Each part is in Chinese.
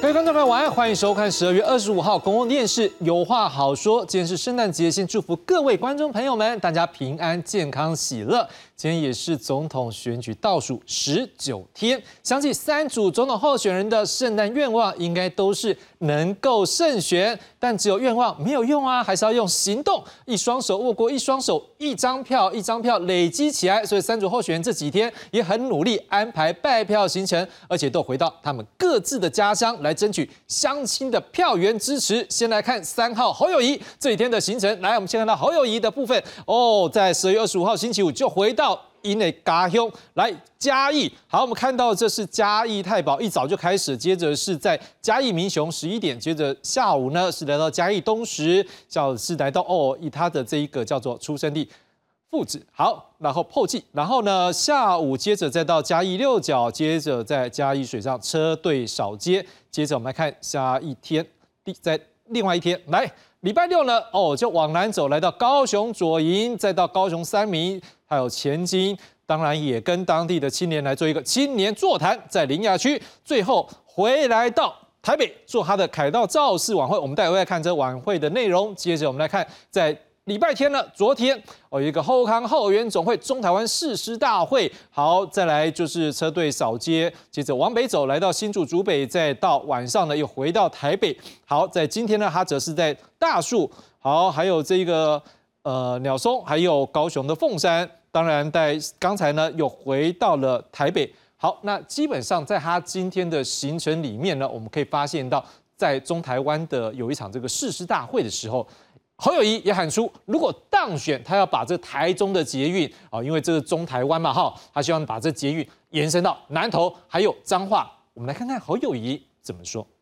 各位观众朋友，晚安，欢迎收看12月25号公共电视《有话好说》。今天是圣诞节，先祝福各位观众朋友们，大家平安、健康、喜乐。今天也是总统选举倒数19天，相信3组总统候选人的圣诞愿望应该都是能够胜选，但只有愿望没有用啊，还是要用行动。一双手握过一双手，一张票一张票累积起来，所以3组候选人这几天也很努力安排拜票行程，而且都回到他们各自的家乡来争取乡亲的票源支持。先来看3号侯友宜这几天的行程，来，我们先看到侯友宜的部分哦，在12月25号星期五就回到因为家乡来嘉义，好，我们看到这是嘉义太保，一早就开始，接着是在嘉义民雄11点，接着下午呢是来到嘉义东石，下午是来到以他的这一个叫做出生地父子，好，然后后继，然后呢下午接着再到嘉义六角，接着在嘉义水上车队扫街，接着我们来看下一天，在另外一天来。礼拜六呢，就往南走，来到高雄左营，再到高雄三民，还有前金，当然也跟当地的青年来做一个青年座谈，在林雅区，最后回来到台北做他的凯道造势晚会。我们待会来看这晚会的内容。接着我们来看，在礼拜天呢，昨天有一个后康后援总会中台湾誓师大会，好，再来就是车队扫街，接着往北走，来到新竹竹北，再到晚上呢又回到台北。好，在今天呢，他则是在大树，好，还有这个鸟松，还有高雄的凤山，当然在刚才呢又回到了台北。好，那基本上在他今天的行程里面呢，我们可以发现到，在中台湾的有一场这个誓师大会的时候。侯友宜也喊出，如果当选，他要把这台中的捷运因为这个中台湾嘛，他希望把这捷运延伸到南投，还有彰化。我们来看看侯友宜怎么说。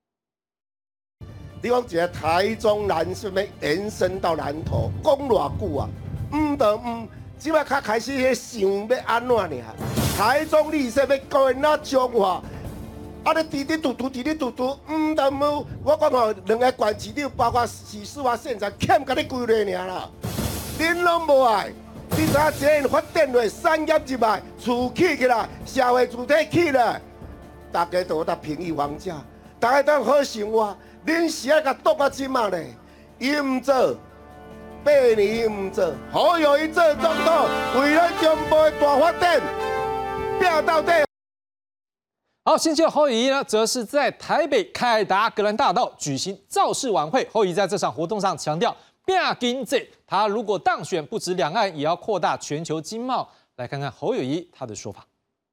你讲一个台中南是要延伸到南投，讲偌久啊？即摆较开始喺想要安怎呢？台中你说要搞那彰化？啊！你滴滴嘟嘟，我讲吼，两个县市长包括市市啊、县长，欠甲你几个尔啦？恁拢无爱，你知影捷运发展落，产业入来，厝起起来，社会主体起来，大家都有得平易房价，大家都好生活。恁是爱甲剁啊金啊咧？伊唔做，8年伊唔做，好友伊做总统，为了中部的大发展，拼到底。 好，星期六侯友宜呢，则是在台北凯达格兰大道举行造势晚会。侯友宜在这场活动上强调，拼经济，他如果当选，不止两岸，也要扩大全球经贸。来看看侯友宜他的说法。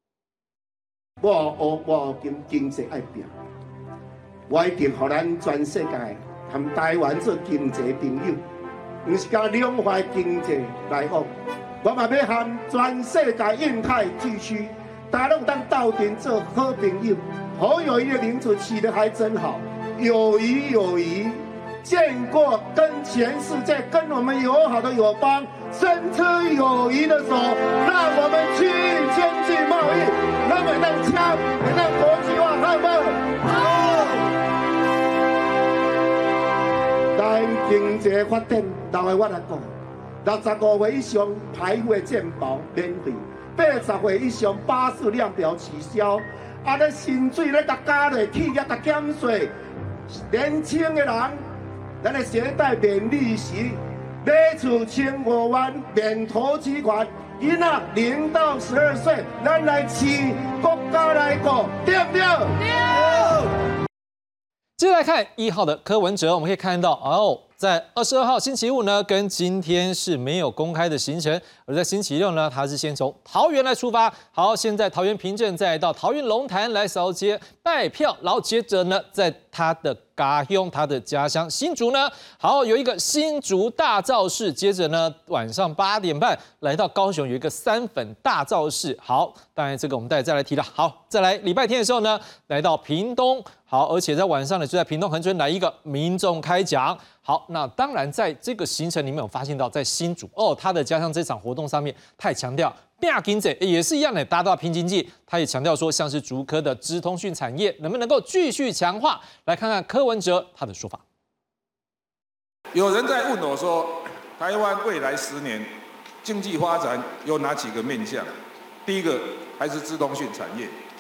我经济爱拼，我一定让咱全世界和台湾做经济朋友，不是甲两岸经济来往。我嘛要和全世界印太地区。大家都当斗阵做好朋友，侯友宜的名字起得还真好，友谊，见过跟全世界、跟我们友好的友邦伸出友谊的手，让我们区域经济贸易能不能强，能国际化，好不好？咱经济发展，老的我来讲，65岁以上排户的健保免费。80岁以上巴士量表取消，咧薪水咧加落，企业减税，年轻的人，咱的携带免利息，买厝15万免投期款，囡仔0到12岁，咱来饲国家来顾，对不对？对。 接着来看1号的柯文哲，我们可以看到在22号星期五呢，跟今天是没有公开的行程，而在星期六呢，他是先从桃园来出发，好，先在桃园平镇，再到桃园龙潭来扫街拜票，然后接着呢，在他的家乡，他的家乡新竹呢，好，有一个新竹大造势，接着呢，晚上8点半来到高雄有一个3粉大造势，好，当然这个我们待会再来提了，好，再来礼拜天的时候呢，来到屏东，好，而且在晚上呢，就在屏东恒春来一个民众开讲。好，那当然在这个行程里面有发现到，在新竹他的加上这场活动上面，他也强调拼经济也是一样的，达到拼经济。他也强调说，像是竹科的资通讯产业能不能够继续强化？来看看柯文哲他的说法。 有人在问我说，台湾未来10年经济发展有哪几个面向？第一个还是资通讯产业，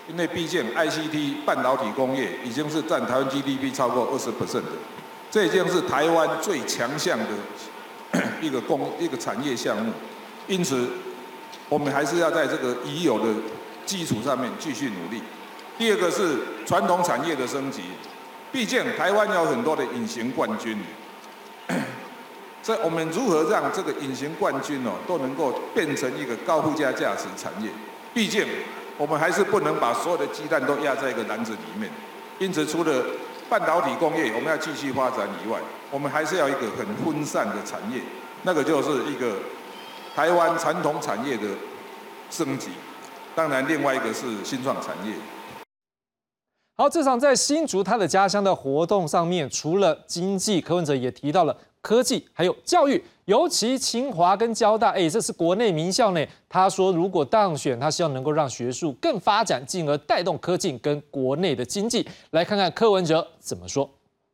因为毕竟 ICT 半导体工业已经是占台湾 GDP 超过20%的，这已经是台湾最强项的一个产业项目。因此，我们还是要在这个已有的基础上面继续努力。第二个是传统产业的升级，毕竟台湾有很多的隐形冠军。所以我们如何让这个隐形冠军都能够变成一个高附加价值产业？毕竟我们还是不能把所有的鸡蛋都压在一个篮子里面。因此，除了半导体工业我们要继续发展以外，我们还是要一个很分散的产业，那个就是一个台湾传统产业的升级。当然，另外一个是新创产业。 好，这场在新竹他的家乡的活动上面，除了经济，柯文哲也提到了科技，还有教育，尤其清华跟交大，这是国内名校呢。他说，如果当选，他希望能够让学术更发展，进而带动科技跟国内的经济。来看看柯文哲怎么说。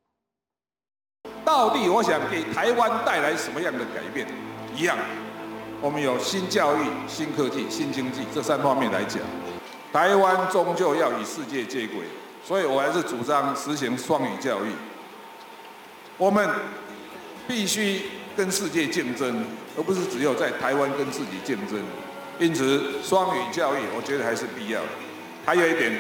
到底我想给台湾带来什么样的改变？一样，我们有新教育、新科技、新经济这3方面来讲，台湾终究要与世界接轨。所以我还是主张实行双语教育。我们必须跟世界竞争，而不是只有在台湾跟自己竞争。因此，双语教育我觉得还是必要的。还有一点，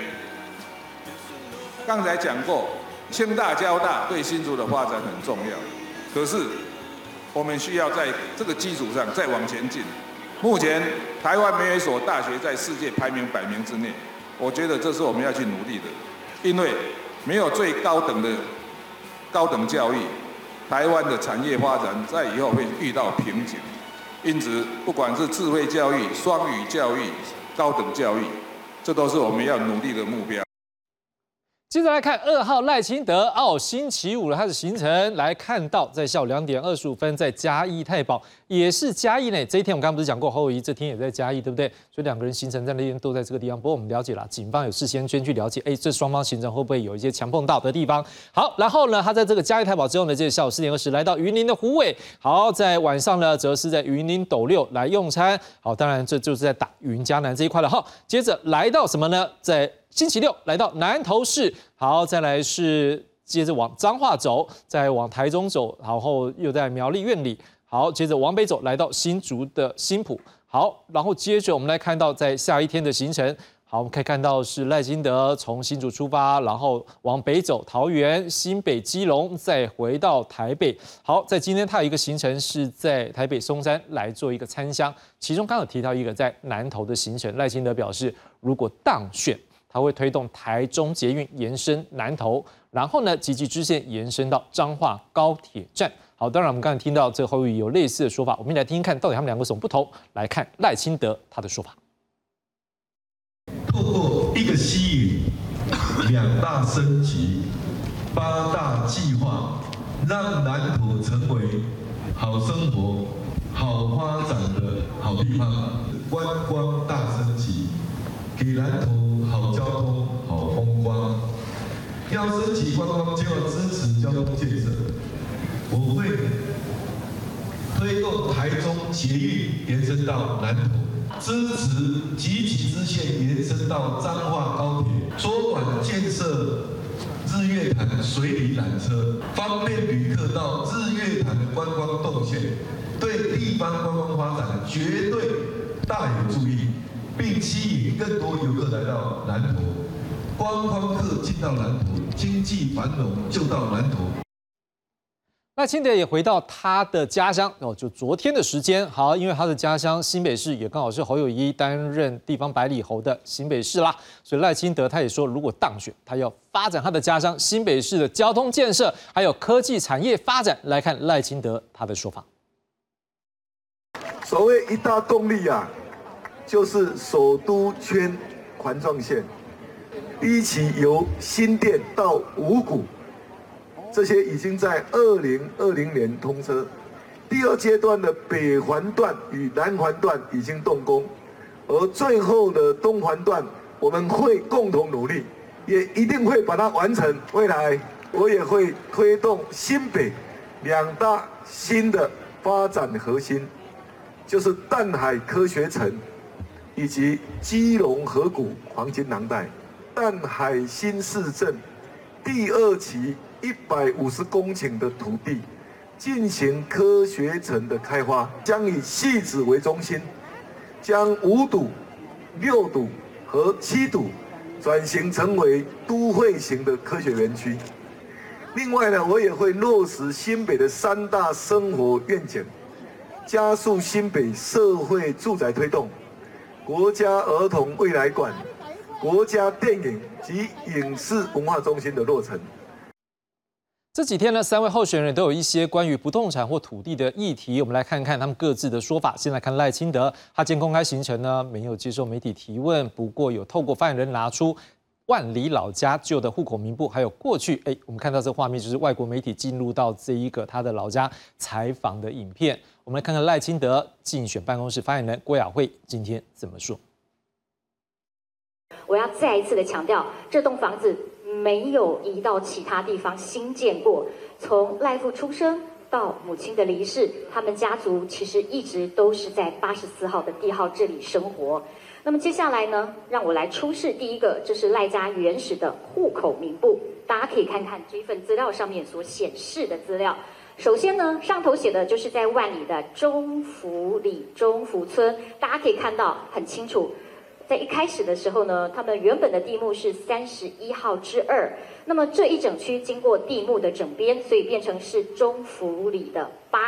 刚才讲过，清大、交大对新竹的发展很重要。可是，我们需要在这个基础上再往前进。目前，台湾没有一所大学在世界排名100名之内，我觉得这是我们要去努力的。因为没有最高等的高等教育，台湾的产业发展在以后会遇到瓶颈。因此，不管是智慧教育、双语教育、高等教育，这都是我们要努力的目标。 接着来看2号赖清德星期五了他的行程，来看到在下午2点25分在嘉义太保，也是嘉义呢。这一天我刚刚不是讲过侯友宜这天也在嘉义，对不对？所以2个人行程在那天都在这个地方。不过我们了解了，警方有事先去了解，这双方行程会不会有一些强碰到的地方？好，然后呢，他在这个嘉义太保之后呢，这下午4点20来到云林的虎尾，好，在晚上呢，则是在云林斗六来用餐。好，当然这就是在打云嘉南这一块了。好，接着来到什么呢？在星期六来到南投市，好，再来是接着往彰化走，再往台中走，然后又在苗栗苑里，好，接着往北走来到新竹的新埔，好，然后接着我们来看到在下一天的行程，好，我们可以看到是赖清德从新竹出发，然后往北走桃园、新北、基隆，再回到台北。好，在今天他有一个行程是在台北松山来做一个参详，其中刚好提到一个在南投的行程，赖清德表示，如果当选，他会推动台中捷运延伸南投，然后呢，集集支线延伸到彰化高铁站。好，当然我们刚才听到这侯友宜有类似的说法，我们来听听看到底他们2个有什么不同。来看赖清德他的说法。 透过一个吸引、2大升级、8大计划，让南投成为好生活、好发展的好地方。观光大升级。给南投好交通、好风光。要升级观光，就要支持交通建设。我会推动台中捷运延伸到南投，支持集集支线延伸到彰化高铁，缩短建设日月潭水里缆车，方便旅客到日月潭的观光动线，对地方观光发展绝对大有助益。并吸引更多游客来到南投，观光客进到南投，经济繁荣就到南投。 那清德也回到他的家乡就昨天的时间，好，因为他的家乡新北市也刚好是侯友宜担任地方百里侯的新北市啦，所以赖清德他也说，如果当选，他要发展他的家乡新北市的交通建设，还有科技产业发展。来看赖清德他的说法。 所谓一大动力啊。就是首都圈环状线，第一期由新店到五股，这些已经在2020年通车。第2阶段的北环段与南环段已经动工，而最后的东环段我们会共同努力，也一定会把它完成。未来我也会推动新北2大新的发展核心，就是淡海科学城。以及基隆河谷黄金廊带， 淡海新市镇第2期150公顷的土地进行科学城的开发，将以汐止为中心，将5堵、6堵和7堵转型成为都会型的科学园区。另外呢，我也会落实新北的3大生活愿景，加速新北社会住宅推动，国家儿童未来馆、国家电影及影视文化中心的落成。 这几天呢，3位候选人都有一些关于不动产或土地的议题，我们来看看他们各自的说法。先来看赖清德，他今天公开行程呢没有接受媒体提问，不过有透过发言人拿出万里老家旧的户口名簿，还有过去我们看到这画面就是外国媒体进入到这一个他的老家采访的影片。我们来看看赖清德竞选办公室发言人郭雅慧今天怎么说。 我要再一次的强调，这栋房子没有移到其他地方新建过。从赖父出生到母亲的离世，他们家族其实一直都是在84号的地号这里生活。那么接下来呢，让我来出示第一个，这是赖家原始的户口名簿，大家可以看看这份资料上面所显示的资料。首先呢，上头写的就是在万里的中福里中福村，大家可以看到很清楚。在一开始的时候呢，他们原本的地目是31号之2，那么这一整区经过地目的整编，所以变成是中福里的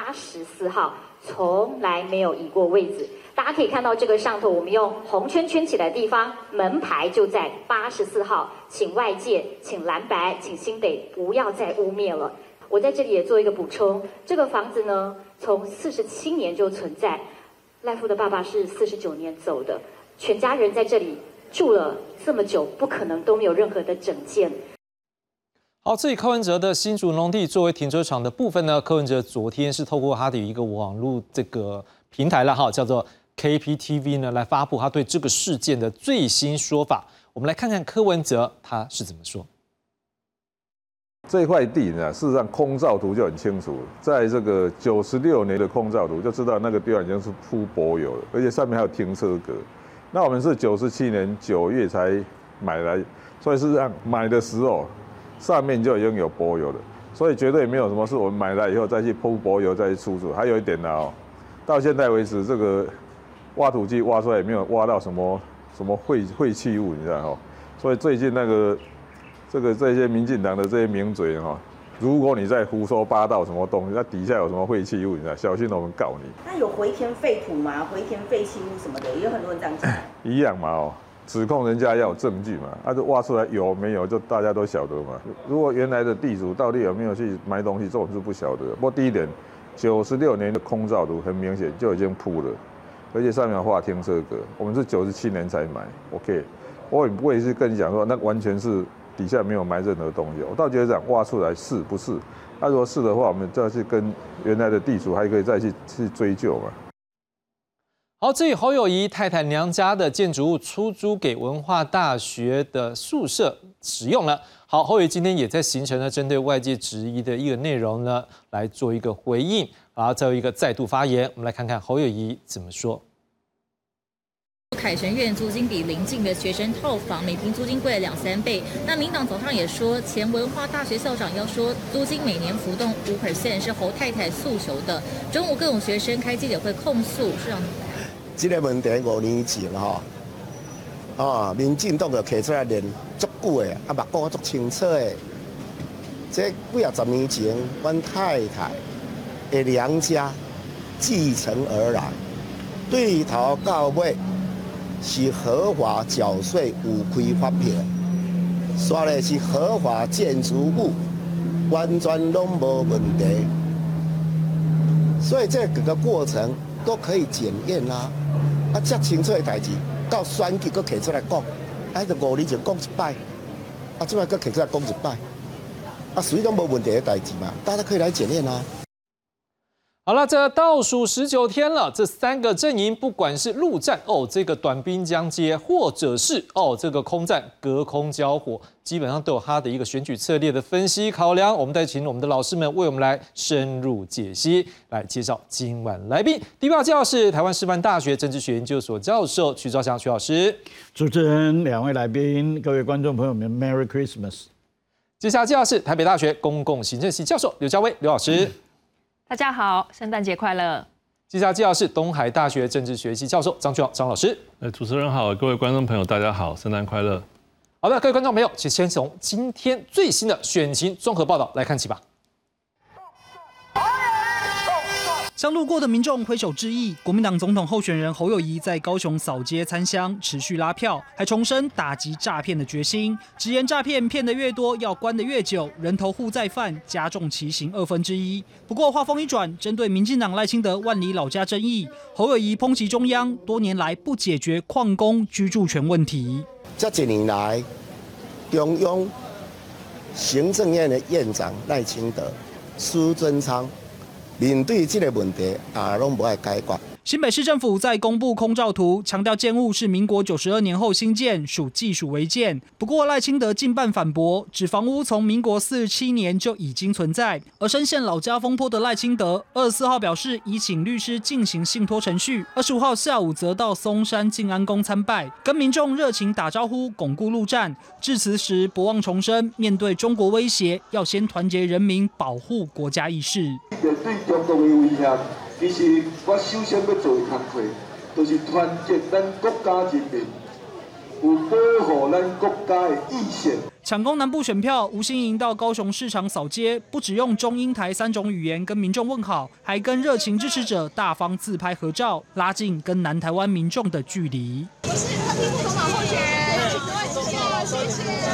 84号，从来没有移过位置。大家可以看到这个上头我们用红圈圈起来的地方，门牌就在84号，请外界，请蓝白，请新北不要再污蔑了。我在这里也做一个补充，这个房子呢，从47年就存在，赖父的爸爸是49年走的。全家人在这里住了这么久，不可能都没有任何的整建。 好，至于柯文哲的新竹农地作为停车场的部分呢，柯文哲昨天是透过他的一个网络这个平台了叫做 KPTV 呢来发布他对这个事件的最新说法。我们来看看柯文哲他是怎么说。 这块地呢，事实上空照图就很清楚，在这个96年的空照图就知道那个地方已经是铺柏油了，而且上面还有停车格。那我们是97年9月才买来，所以事实上买的时候上面就已经有柏油了，所以绝对没有什么是我们买来以后再去铺柏油再去出租。还有一点呢到现在为止这个挖土机挖出来也没有挖到什么废弃物，你知道所以最近那个这些民进党的这些名嘴如果你在胡说八道什么东西，那底下有什么废弃物，你知道，小心我们告你。 那有回填废土吗？回填废弃物什么的，也有很多人这样讲。 一样嘛指控人家要有证据嘛，就挖出来有没有，就大家都晓得嘛。如果原来的地主到底有没有去埋东西，这我们是不晓得。不过第一点，96年的空照图很明显就已经铺了，而且上面画停车格。我们是97年才买 ，OK。我也不会是跟你讲说那完全是。底下没有埋任何东西，我倒觉得讲挖出来是不是？如果是的话，我们再去跟原来的地主还可以再去追究嘛。 好，至于侯友宜太太娘家的建筑物出租给文化大学的宿舍使用了。好，侯友宜今天也在行程呢，针对外界质疑的一个内容呢，来做一个回应，然后再有一个再度发言。我们来看看侯友宜怎么说。 凯旋苑租金比邻近的学生套房每坪租金贵了2-3倍。那民党早上也说，前文化大学校长要说租金每年浮动5%是侯太太诉求的。中午各种学生开记者会控诉，是让这个问题5年前民进党就提出来练足久的，目光足清楚的。这几10年前，阮太太的娘家继承而来，对头到尾。是合法缴税、有开发票，刷的是合法建筑物，完全拢无问题。所以这整个过程都可以检验啦。这清楚的代志，到选举佫提出来讲，就5年前讲一摆，这摆佫提出来讲一摆，属于拢无问题的代志嘛，大家可以来检验啦。 好了，这倒数19天了，这3个阵营，不管是陆战这个短兵相接，或者是这个空战隔空交火，基本上都有它的一个选举策略的分析考量。我们再请我们的老师们为我们来深入解析，来介绍今晚来宾。第一位介绍是台湾师范大学政治学研究所教授曲昭祥曲老师。 主持人、2位来宾、各位观众朋友们 ，Merry Christmas。 接下来介绍是台北大学公共行政系教授刘家威刘老师。 大家好，圣诞节快乐！ 接下来介绍是东海大学政治学系教授张俊豪张老师。 主持人好，各位观众朋友大家好，圣诞快乐！ 好的，各位观众朋友，请先从今天最新的选情综合报道来看起吧。 向路过的民众挥手致意。国民党总统候选人侯友宜在高雄扫街参香，持续拉票，还重申打击诈骗的决心，直言诈骗骗得越多，要关得越久，人头户再犯，加重其刑1/2。不过话锋一转，针对民进党赖清德万里老家争议，侯友宜抨击中央多年来不解决矿工居住权问题。 这几年来，中央行政院的院长赖清德、苏贞昌。面对这个问题，拢无爱解决。 新北市政府在公布空照图，强调建物是民国92年后新建，属技术违建。不过赖清德进办反驳，指房屋从民国47年就已经存在。而深陷老家风波的赖清德，24号表示已请律师进行信托程序，25号下午则到松山静安宫参拜，跟民众热情打招呼，巩固陆战。致辞时不忘重申，面对中国威胁，要先团结人民，保护国家意识。 对中国的威胁。其实我首先要做的工作，就是团结咱国家人民，有保护咱国家的意识。 抢攻南部选票，吴欣盈到高雄市场扫街，不只用中英台3种语言跟民众问好，还跟热情支持者大方自拍合照，拉近跟南台湾民众的距离。 我是柯 P 副总统候选人，请各位支持，谢谢。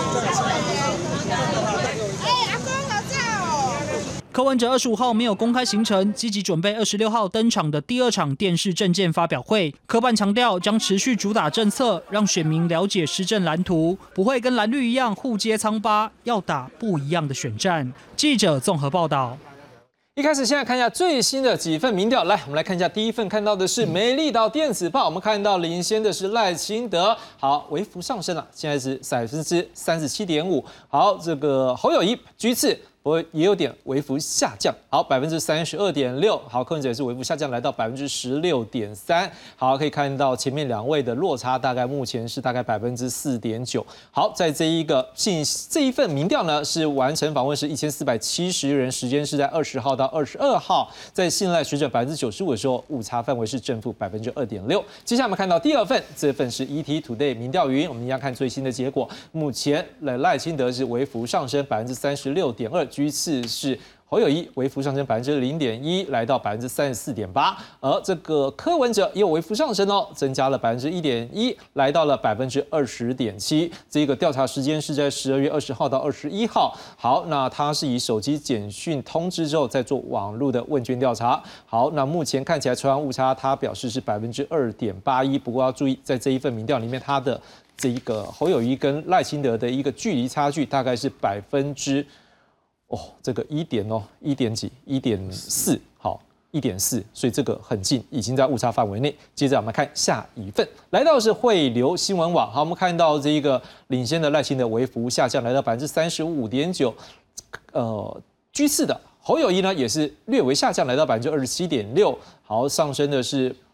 阿公好照哦。 柯文哲25号没有公开行程，积极准备26号登场的第2场电视政见发表会。柯办强调将持续主打政策，让选民了解施政蓝图，不会跟蓝绿一样互揭疮疤，要打不一样的选战。记者综合报道。 一开始，现在看一下最新的几份民调。来，我们来看一下第一份，看到的是美丽岛电子报，我们看到领先的是赖清德，好，微幅上升了，现在是37.5%。好，这个侯友宜居次。不过也有点微幅下降，好，32.6%，好，柯文哲也是微幅下降，来到16.3%，好，可以看到前面2位的落差大概目前是大概4.9%，好，在这一份民调呢是完成访问是1470人，时间是在20号到22号，在信赖水准95%的时候，误差范围是正负2.6%。接下来我们看到第2份，这份是 ETtoday 民调云，我们一样看最新的结果，目前赖清德是微幅上升36.2%。居次是侯友宜，微幅上升0.1%，来到34.8%，而这个柯文哲也有微幅上升哦，增加了1.1%，来到了20.7%。这个调查时间是在12月20号到21号。好，那他是以手机简讯通知之后，再做网络的问卷调查。好，那目前看起来抽样误差，他表示是2.81%。不过要注意，在这一份民调里面，他的这一个侯友宜跟赖清德的一个距离差距大概是这个1.4，好，1.4，所以这个很近，已经在误差范围内。接着我们看下一份，来到是汇流新闻网，好，我们看到这一个领先的赖清德微幅下降，来到35.9%，居次的侯友宜呢也是略微下降，来到27.6%，好，上升了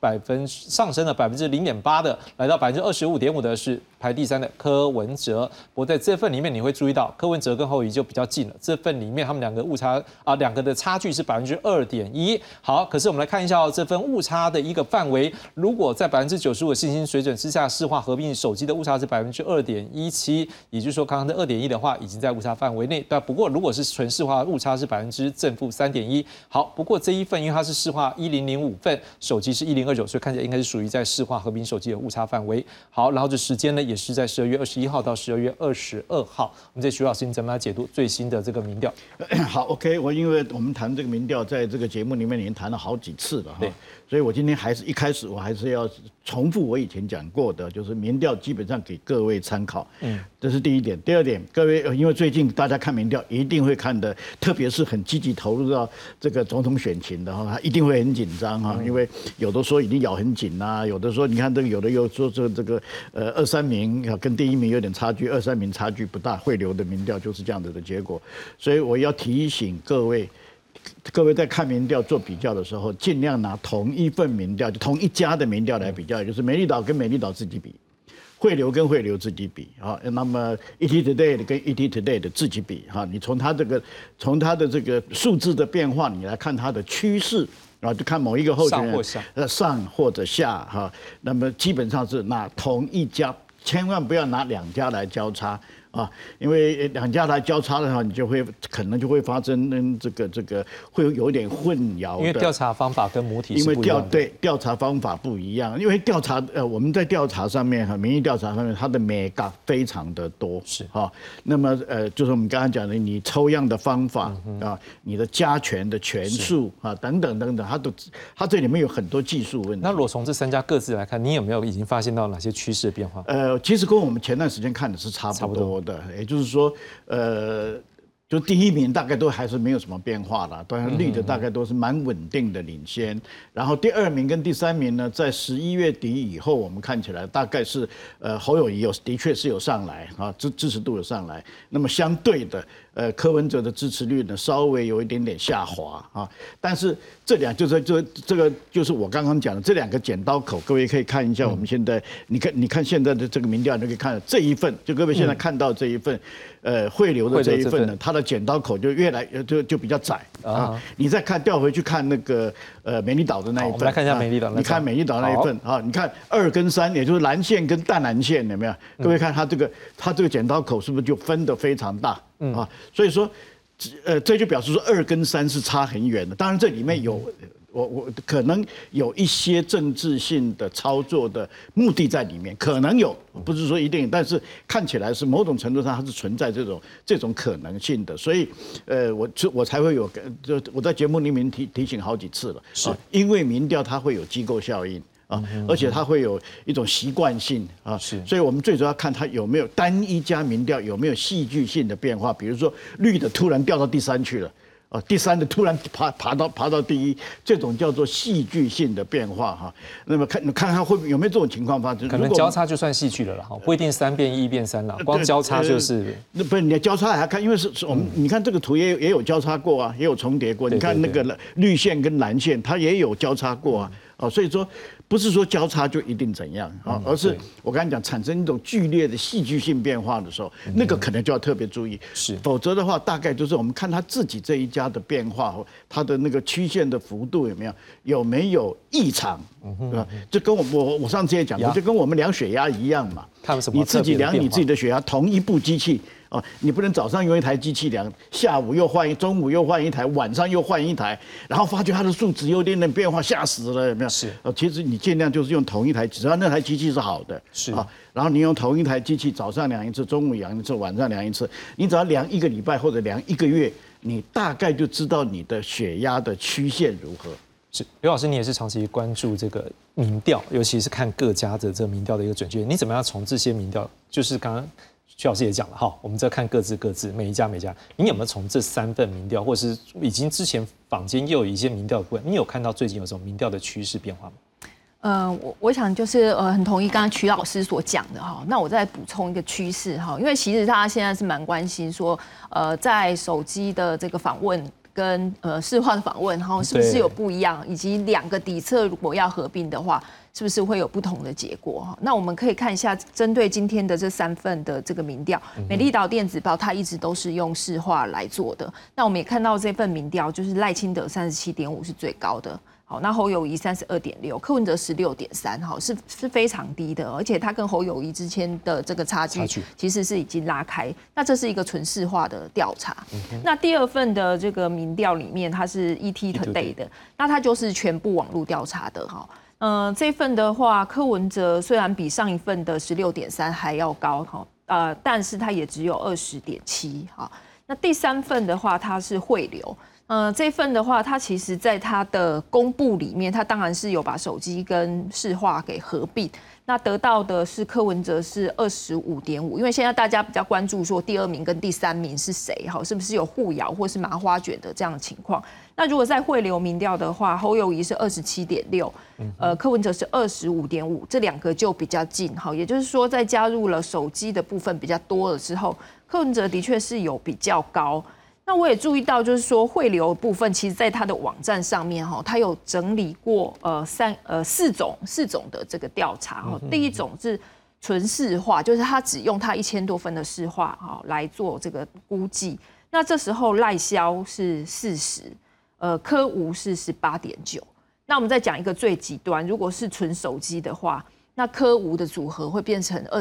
0.8%的，来到25.5%的是排第3的柯文哲。不过在这份里面你会注意到，柯文哲跟侯友宜就比较近了，这份里面他们两个误差两个的差距是2.1%。好，可是我们来看一下这份误差的一个范围，如果在95%的信心水准之下，市话合并手机的误差是2.17%，也就是说刚刚的2.1%的话已经在误差范围内。但不过如果是纯市话误差是正负3.1%。好，不过这一份因为它是市话1005 7.5份，手机是1029，所以看起来应该是属于在市话和平手机的误差范围。好，然后这时间呢也是在12月21号到12月22号。我们这徐老师，你怎么来解读最新的这个民调？ 好 ，OK， 因为我们谈这个民调，在这个节目里面已经谈了好几次了哈，所以我今天还是一开始我还是要重复我以前讲过的，就是民调基本上给各位参考，这是第一点。第二点，各位因为最近大家看民调一定会看的，特别是很积极投入到这个总统选情的哈，他一定会很紧张哈，因为有的说已经咬很紧啦，有的说你看这个有的又说这个2、3名跟第1名有点差距，2、3名差距不大，汇流的民调就是这样子的结果，所以我要提醒各位在看民调做比较的时候，尽量拿同一份民调，就同一家的民调来比较，也就是美丽岛跟美丽岛自己比，汇流跟汇流自己比啊，那么 ETtoday 的跟 ETtoday 的自己比哈，你从它的这个数字的变化，你来看它的趋势啊，就看某一个候选人上或者下哈，那么基本上是拿同一家，千万不要拿2家来交叉。啊，因为2家来交叉的话，你可能就会发生这个会有点混淆的。 因为调查方法跟母体是不一样的。 对，调查方法不一样。因为我们在调查上面民意调查上面，它的美感非常的多。 是啊，那么就是我们刚才讲的，你抽样的方法啊，你的加权的权数啊，等等，它这里面有很多技术问题。 那如果从这3家各自来看，你有没有已经发现到哪些趋势的变化？ 其实跟我们前段时间看的是差不多。也就是说，就第1名大概都还是没有什么变化啦，当然绿的大概都是蛮稳定的领先。然后第2名跟第3名呢，在11月底以后，我们看起来大概是侯友宜的确是有上来啊，支持度有上来。那么相对的，柯文哲的支持率呢稍微有一点点下滑啊。但是这个就是我刚刚讲的这2个剪刀口，各位可以看一下我们现在你看现在的这个民调，你就可以看到这一份，就各位现在看到这一份汇流的这一份呢，它的剪刀口就越来就比较窄啊。你再调回去看那个美丽岛的那一份， 我们来看一下美丽岛。 你看美丽岛那一份啊，你看2跟3，也就是蓝线跟淡蓝线，有没有？各位看它这个剪刀口是不是就分得非常大啊？所以说，这就表示说2跟3是差很远的。当然这里面有。我可能有一些政治性的操作的目的在里面，可能有，不是说一定，但是看起来是某种程度上它是存在这种可能性的，所以我才会有，我在节目里面提醒好几次了，是因为民调它会有机构效应。啊，而且它会有一种习惯性啊，所以我们最主要看它有没有单一家民调有没有戏剧性的变化，比如说绿的突然掉到第3去了。第3的突然爬到第1，这种叫做戏剧性的变化哈。那么看它有没有这种情况发生？ 可能交叉就算戏剧了啦，不一定3变1变3了，光交叉就是。 那不是你的交叉还要看，因为是我们你看这个图也有交叉过啊，也有重叠过。你看那个绿线跟蓝线，它也有交叉过啊。所以说不是说交叉就一定怎样啊，而是我刚才讲产生一种剧烈的戏剧性变化的时候，那个可能就要特别注意。 是， 否则的话，大概就是我们看他自己这一家的变化，它的那个曲线的幅度有没有异常，对吧？就跟我上次也讲过，就跟我们量血压一样嘛。你自己量你自己的血压，同一部机器。哦，你不能早上用一台机器量，下午又换中午又换一台，晚上又换一台，然后发觉它的数值有点变化，吓死了，有没有？ 是。 其实你尽量就是用同一台，只要那台机器是好的， 是啊。然后你用同一台机器，早上量一次，中午量一次，晚上量一次，你只要量1个礼拜或者量1个月，你大概就知道你的血压的曲线如何。 是，刘老师，你也是长期关注这个民调，尤其是看各家的这个民调的一个准确，你怎么样从这些民调，就是刚刚徐老师也讲了哈，我们在看各自每一家，你有没有从这3份民调，或是已经之前坊间又有一些民调的部分，你有看到最近有什么民调的趋势变化吗？ 我想就是很同意刚刚曲老师所讲的哈，那我再补充一个趋势哈，因为其实大家现在是蛮关心说，在手机的这个访问跟市话的访问，然后是不是有不一样，以及2个底测如果要合并的话，是不是会有不同的结果？那我们可以看一下，针对今天的这3份的这个民调，美丽岛电子报它一直都是用市话来做的。那我们也看到这份民调，就是赖清德37.5是最高的。 好，那侯友宜32.6，柯文哲16.3，好，是非常低的，而且他跟侯友宜之间的这个差距其实是已经拉开。那这是一个纯市化的调查。那第二份的这个民调里面，它是 ETtoday 的，那它就是全部网络调查的哈。这份的话，柯文哲虽然比上一份的16.3还要高哈，但是它也只有20.7哈。那第三份的话，它是汇流。这份的话，它其实在它的公布里面，它当然是有把手机跟市话给合并。那得到的是柯文哲是25.5，因为现在大家比较关注说第2名跟第3名是谁，好，是不是有互咬或是麻花卷的这样的情况？那如果在汇流民调的话，侯友宜是27.6，柯文哲是25.5，这2个就比较近，好，也就是说在加入了手机的部分比较多了之后，柯文哲的确是有比较高。那我也注意到，就是说汇流的部分，其实在它的网站上面哈，它有整理过四种的这个调查哈。第一种是纯市话，就是它只用它1000多分的市话哈来做这个估计。那这时候赖萧是40，柯吴是18.9。那我们再讲一个最极端，如果是纯手机的话，那柯吴的组合会变成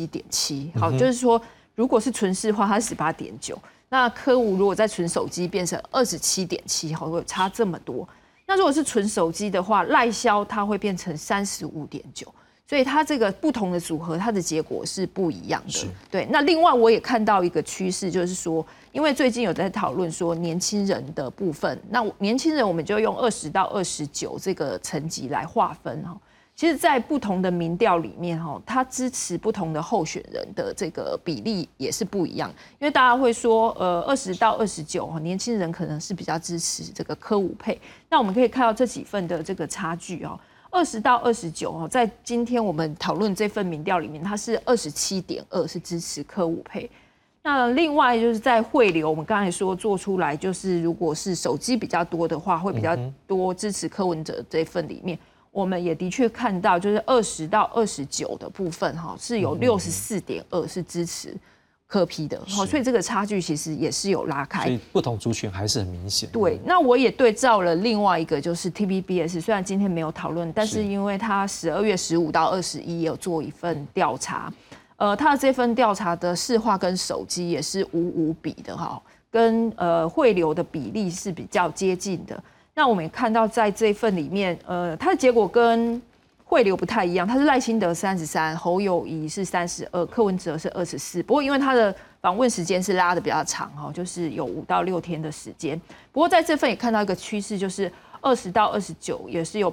27.7。好，就是说如果是纯市话，它是18.9。那柯吴如果在纯手机变成27.7，好，会差这么多。那如果是纯手机的话，赖萧它会变成35.9，所以它这个不同的组合，它的结果是不一样的。对，那另外我也看到一个趋势，就是说，因为最近有在讨论说年轻人的部分，那年轻人我们就用20到29这个层级来划分哈。其实，在不同的民调里面，他支持不同的候选人的这个比例也是不一样。因为大家会说，20到29，年轻人可能是比较支持这个柯吴配。那我们可以看到这几份的这个差距，20到29，在今天我们讨论这份民调里面，它是27.2是支持柯吴配。那另外就是在汇流，我们刚才说做出来，就是如果是手机比较多的话，会比较多支持柯文哲这份里面。我们也的确看到，就是20到29的部分是有64.2是支持柯 P 的，所以这个差距其实也是有拉开， 所以不同族群还是很明显。 对，那我也对照了另外一个，就是 TVBS， 虽然今天没有讨论，但是因为他12月15到21也有做一份调查，他的这份调查的市话跟手机也是5:5比的跟汇流的比例是比较接近的。那我们也看到，在这份里面，它的结果跟汇流不太一样，它是赖清德33，侯友宜是32，柯文哲是24。不过因为他的访问时间是拉的比较长就是有5到6天的时间。不过在这份也看到一个趋势，就是20到29也是有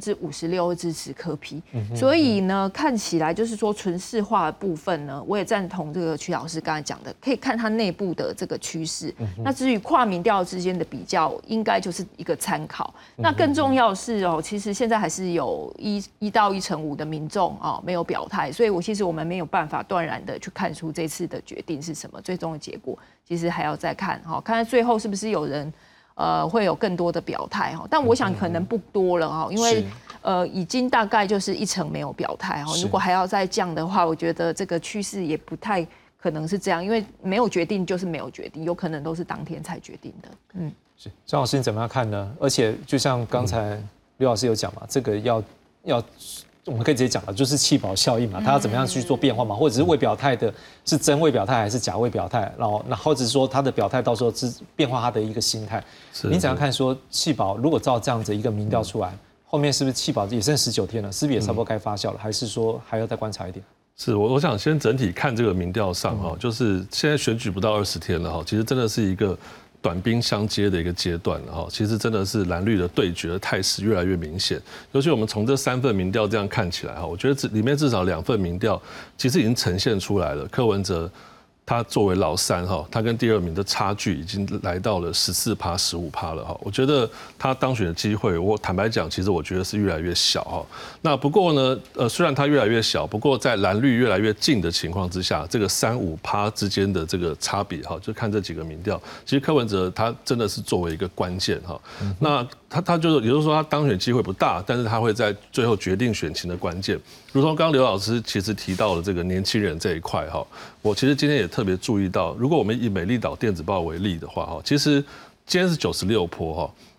56%支持柯 P，所以呢，看起来就是说纯市化的部分呢，我也赞同这个曲老师刚才讲的，可以看它内部的这个趋势。那至于跨民调之间的比较，应该就是一个参考。那更重要的是其实现在还是有1到1.5%的民众没有表态，所以其实我们没有办法断然的去看出这次的决定是什么，最终的结果其实还要再看看最后是不是有人。会有更多的表态但我想可能不多了因为已经大概就是1成没有表态如果还要再降的话，我觉得这个趋势也不太可能是这样，因为没有决定就是没有决定，有可能都是当天才决定的。 是张老师你怎么样看呢？而且就像刚才刘老师有讲嘛，这个要。我们可以直接讲了，就是弃保效应嘛，他要怎么样去做变化嘛，或者是未表态的是真未表态还是假未表态，然后只是说他的表态到时候是变化他的一个心态。你怎样看说弃保如果照这样子一个民调出来，后面是不是弃保也剩19天了，是不是也差不多该发酵了，还是说还要再观察一点？ 是我想先整体看这个民调上就是现在选举不到20天了其实真的是一个。短兵相接的一个阶段了其实真的是蓝绿的对决的态势越来越明显。尤其我们从这3份民调这样看起来我觉得里面至少2份民调其实已经呈现出来了。柯文哲他作为老三他跟第2名的差距已经来到了14%、15%了我觉得他当选的机会，我坦白讲，其实我觉得是越来越小那不过呢，虽然它越来越小，不过在蓝绿越来越近的情况之下，这个3-5%之间的这个差别就看这几个民调，其实柯文哲他真的是作为一个关键那他就是也就是说他当选机会不大，但是他会在最后决定选情的关键。如同刚刚刘老师其实提到了这个年轻人这一块我其实今天也特别注意到，如果我们以美丽岛电子报为例的话其实今天是96%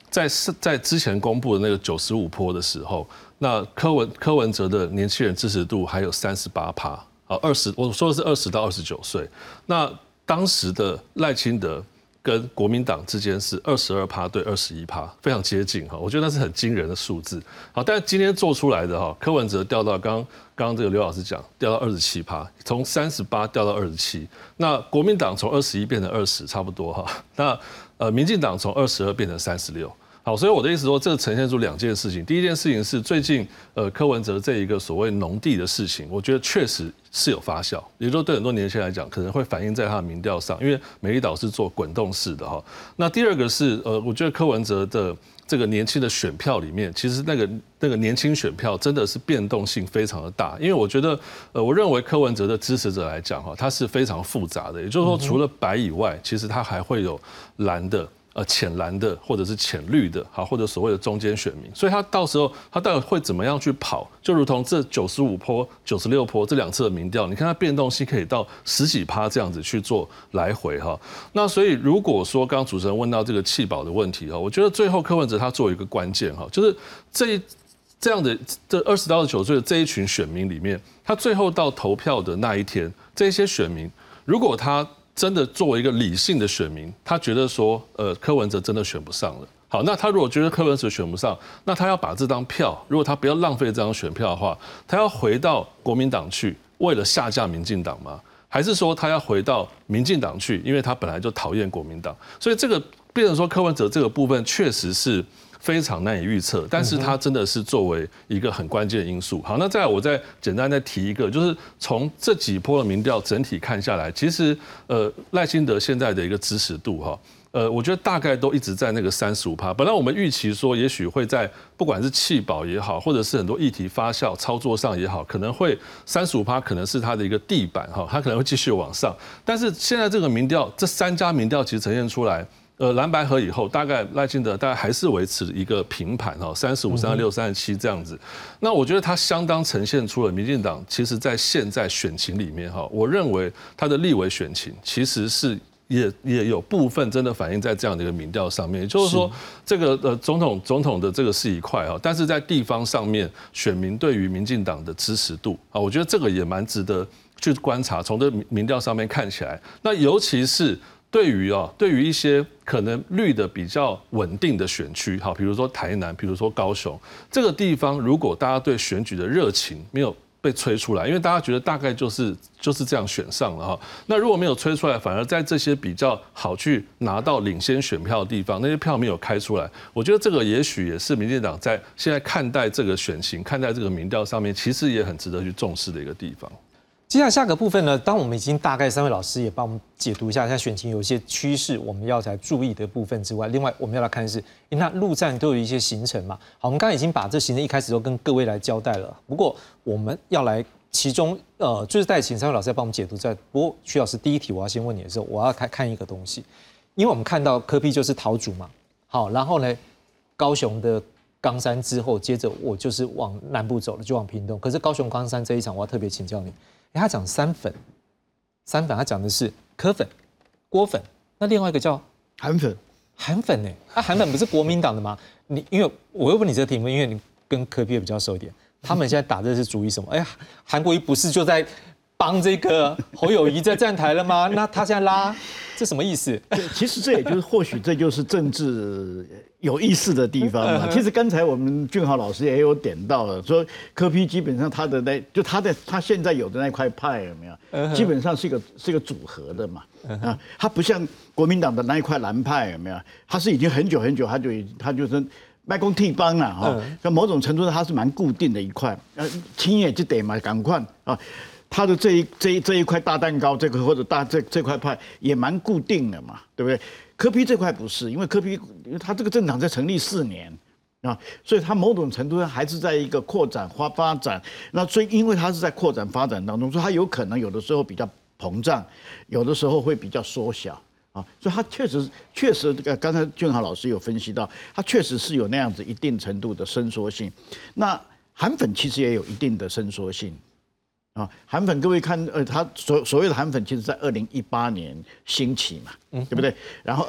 在之前公布的那个95波的时候，那柯文哲的年轻人支持度还有38%，我说的是20到29岁。那当时的赖清德跟国民党之间是22%对21%，非常接近哈，我觉得那是很惊人的数字。好，但今天做出来的哈，柯文哲掉到刚刚这个刘老师讲，掉到27%，从38掉到27%。那国民党从21变成20，差不多哈。那民进党从22变成36。好，所以我的意思说，这个呈现出2件事情。第一件事情是最近柯文哲这一个所谓农地的事情，我觉得确实是有发酵，也就是对很多年轻人来讲，可能会反映在他的民调上，因为美丽岛是做滚动式的哈。那第二个是我觉得柯文哲的这个年轻的选票里面，其实那个年轻选票真的是变动性非常的大，因为我觉得我认为柯文哲的支持者来讲哈，他是非常复杂的，也就是说除了白以外，其实他还会有蓝的。浅蓝的或者是浅绿的，好，或者所谓的中间选民，所以他到时候他到底会怎么样去跑？就如同这95波、96波这2次的民调，你看它变动性可以到10几%这样子去做来回哈。那所以如果说刚刚主持人问到这个弃保的问题哈，我觉得最后柯文哲他做一个关键哈，就是这样的这20到29岁的这一群选民里面，他最后到投票的那一天，这些选民如果他真的作为一个理性的选民，他觉得说，柯文哲真的选不上了。好，那他如果觉得柯文哲选不上，那他要把这张票，如果他不要浪费这张选票的话，他要回到国民党去，为了下架民进党吗？还是说他要回到民进党去，因为他本来就讨厌国民党？所以这个变成说柯文哲这个部分确实是非常难以预测，但是它真的是作为一个很关键的因素。好，那再来我再简单再提一个，就是从这几波的民调整体看下来，其实赖清德现在的一个支持度哈，我觉得大概都一直在那个35%。本来我们预期说，也许会在不管是弃保也好，或者是很多议题发酵操作上也好，可能会35%可能是它的一个地板哈，它可能会继续往上。但是现在这个民调，这3家民调其实呈现出来。蓝白合以后，大概赖清德大概还是维持一个平盘哈，35、36、37这样子。那我觉得它相当呈现出了民进党其实在现在选情里面哈，我认为它的立委选情其实是也有部分真的反映在这样的一个民调上面。也就是说，这个总统的这个是一块哈，但是在地方上面，选民对于民进党的支持度啊，我觉得这个也蛮值得去观察。从这民调上面看起来，那尤其是。对于一些可能绿的比较稳定的选区，好，比如说台南，比如说高雄这个地方，如果大家对选举的热情没有被吹出来，因为大家觉得大概就是这样选上了哈，那如果没有吹出来，反而在这些比较好去拿到领先选票的地方，那些票没有开出来，我觉得这个也许也是民进党在现在看待这个选情、看待这个民调上面，其实也很值得去重视的一个地方。 接下来下个部分呢，当我们已经大概3位老师也帮我们解读一下，现在选情有一些趋势，我们要来注意的部分之外，另外我们要来看的是，那陆战都有一些行程嘛。好，我们刚才已经把这行程一开始都跟各位来交代了，不过我们要来其中就是在请3位老师来帮我们解读在。不过徐老师第一题我要先问你的时候，我要看一个东西，因为我们看到柯 P 就是桃竹嘛，好，然后呢高雄的冈山之后，接着我就是往南部走了，就往屏东。可是高雄冈山这一场，我要特别请教你。他讲3粉，他讲的是柯粉、郭粉，那另外一个叫韩粉， 韩粉呢？韩粉不是国民党的吗？因为我又问你这个题目，因为你跟柯 P 比较熟一点，他们现在打的是主意什么？韩国瑜不是就在帮这个侯友宜在站台了吗？那他现在拉，这什么意思？ 其实这也就是或许这就是政治有意思的地方嘛。其实刚才我们俊豪老师也有点到了，说柯 P 基本上他的他现在有的那块派有没有？基本上是一个组合的嘛。啊，他不像国民党的那一块蓝派有没有？他是已经很久他就是卖公替帮了哈。在某种程度上他是蛮固定的一块。青也就得嘛，赶快啊。他的这一块大蛋糕，这个或者这块派也蛮固定的嘛，对不对？柯 P 这块不是，因为柯 P 他这个政党在成立4年啊，所以他某种程度上还是在一个扩展发展。那所以因为他是在扩展发展当中，所以他有可能有的时候比较膨胀，有的时候会比较缩小啊。所以他确实，刚才俊豪老师有分析到，他确实是有那样子一定程度的伸缩性。那韩粉其实也有一定的伸缩性。 啊，韩粉各位看，它所谓的韩粉，其实在2018年兴起嘛，对不对？然后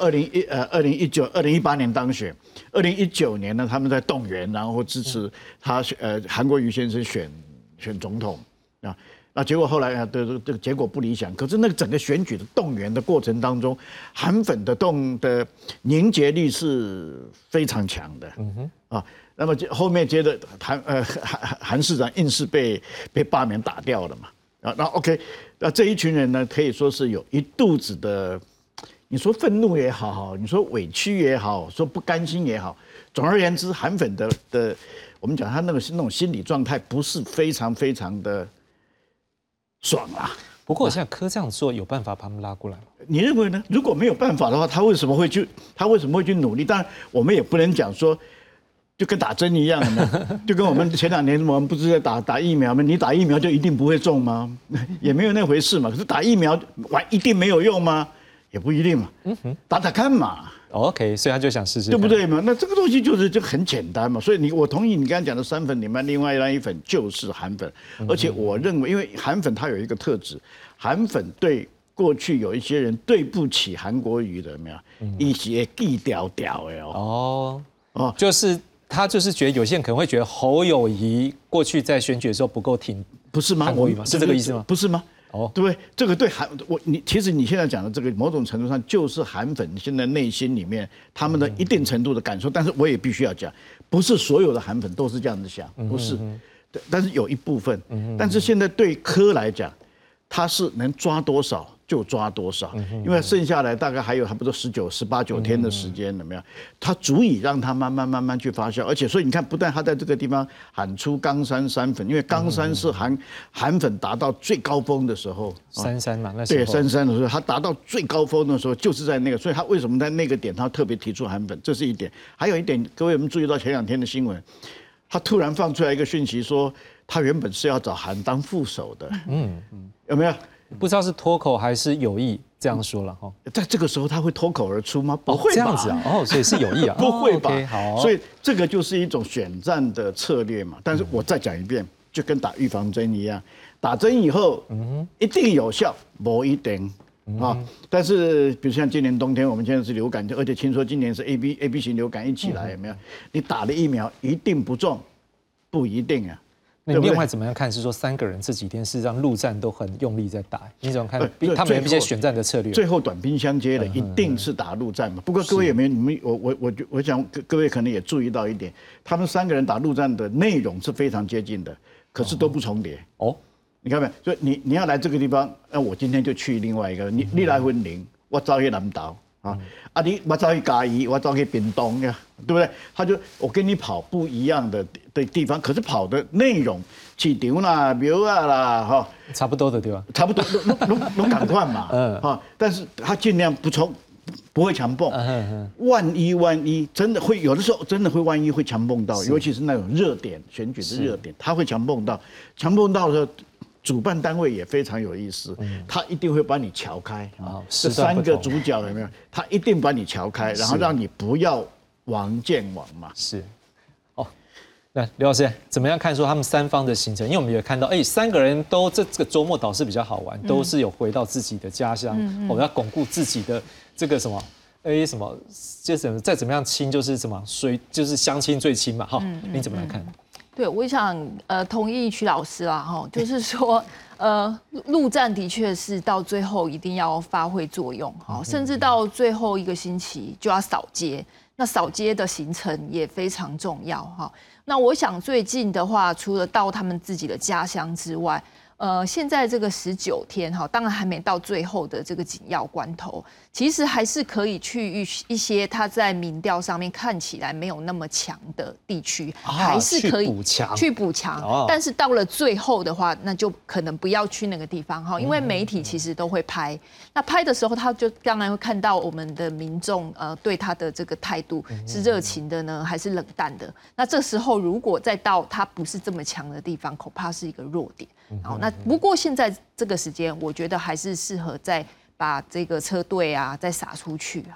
2018年当选，2019年呢，他们在动员，然后支持他韩国瑜先生选总统啊。那结果后来这个结果不理想，可是那个整个选举的动员的过程当中，韩粉的凝结力是非常强的，啊。那么后面接着韩市长硬是被罢免打掉了嘛，那 OK， 那这一群人呢，可以说是有一肚子的，你说愤怒也好，你说委屈也好，说不甘心也好，总而言之，韩粉的我们讲他那种心理状态不是非常非常的爽啦。 不过我现在柯这样做有办法把他们拉过来吗？ 你认为呢？如果没有办法的话，他为什么会去努力？当然，我们也不能讲说。就跟打针一样的，就跟我们前2年我们不是在打疫苗吗？你打疫苗就一定不会中吗？也没有那回事嘛。可是打疫苗一定没有用吗？也不一定嘛。打看嘛。 OK， 所以他就想试试， 对不对嘛？那这个东西就很简单嘛。所以我同意你刚才讲的3粉里面另外那1粉就是韩粉，而且我认为，因为韩粉它有一个特质，韩粉对过去有一些人对不起韩国瑜的，有没有？一些低调的哦，就是他就是觉得有些人可能会觉得侯友宜过去在选举的时候不够挺， 不是吗？ 韩国瑜吗？是这个意思吗？ 不是吗？ 哦， 对不对？这个对其实你现在讲的这个某种程度上就是韩粉现在内心里面他们的一定程度的感受，但是我也必须要讲，不是所有的韩粉都是这样子想，不是，但是有一部分，但是现在对柯来讲，他是能抓多少就抓多少，因为剩下来大概还有差不多18、19天的时间，有没有？它足以让它慢慢去发酵，而且所以你看，不但他在这个地方喊出冈山3粉，因为冈山是韩粉达到最高峰的时候，33 嘛，那时候对33的时候，他达到最高峰的时候就是在那个，所以他为什么在那个点他特别提出韩粉，这是一点。还有一点，各位我们注意到前2天的新闻，他突然放出来一个讯息说，他原本是要找韩当副手的，有没有？ 不知道是脱口还是有意这样说了哈， 在这个时候他会脱口而出吗？不会吧， 这样子啊，所以是有意啊， 不会吧？ 好， 所以这个就是一种选战的策略嘛。但是我再讲一遍，就跟打预防针一样，打针以后一定有效，不一定啊。但是比如像今年冬天，我们现在是流感，而且听说今年是 AB 型流感一起来，有没有？你打了疫苗一定不中，不一定啊。 那你另外怎么样看？是说3个人这几天事实上陆战都很用力在打，你怎么看？他们有一些选战的策略。 最后短兵相接的一定是打陆战嘛。不过各位有没有？你们我想各位可能也注意到一点，他们3个人打陆战的内容是非常接近的，可是都不重叠。你看没有？所以你要来这个地方，我今天就去另外一个，你来分林，我走去南投。我走去嘉义，我走去屏东呀，对不对？我跟你跑不一样的地方，可是跑的内容，市场啦、庙啊啦， 差不多的对吧？ 差不多，都赶快嘛，但是他尽量不会强蹦，万一真的会有的时候真的会万一会强蹦到，尤其是那种热点选举的热点，他会强蹦到的时候。主办单位也非常有意思，他一定会把你撬开啊！这3个主角有没有？他一定把你撬开，然后让你不要王见王嘛。 是，那刘老师怎么样看说他们3方的行程？因为我们也看到，3个人都这个周末倒是比较好玩，都是有回到自己的家乡，我们要巩固自己的这个什么。什么？就是再怎么样亲，就是什么就是相亲最亲嘛，哈，你怎么来看？ 对，我想同意曲老师啦，哈，就是说陆战的确是到最后一定要发挥作用，哈，甚至到最后1个星期就要扫街，那扫街的行程也非常重要，哈。那我想最近的话，除了到他们自己的家乡之外，现在这个19天哈，当然还没到最后的这个紧要关头，其实还是可以去一些他在民调上面看起来没有那么强的地区，还是可以去补强。但是到了最后的话，那就可能不要去那个地方哈，因为媒体其实都会拍，那拍的时候他就当然会看到我们的民众对他的这个态度是热情的呢，还是冷淡的。那这时候如果再到他不是这么强的地方，恐怕是一个弱点。好，那不过现在这个时间，我觉得还是适合再把这个车队啊再撒出去哈。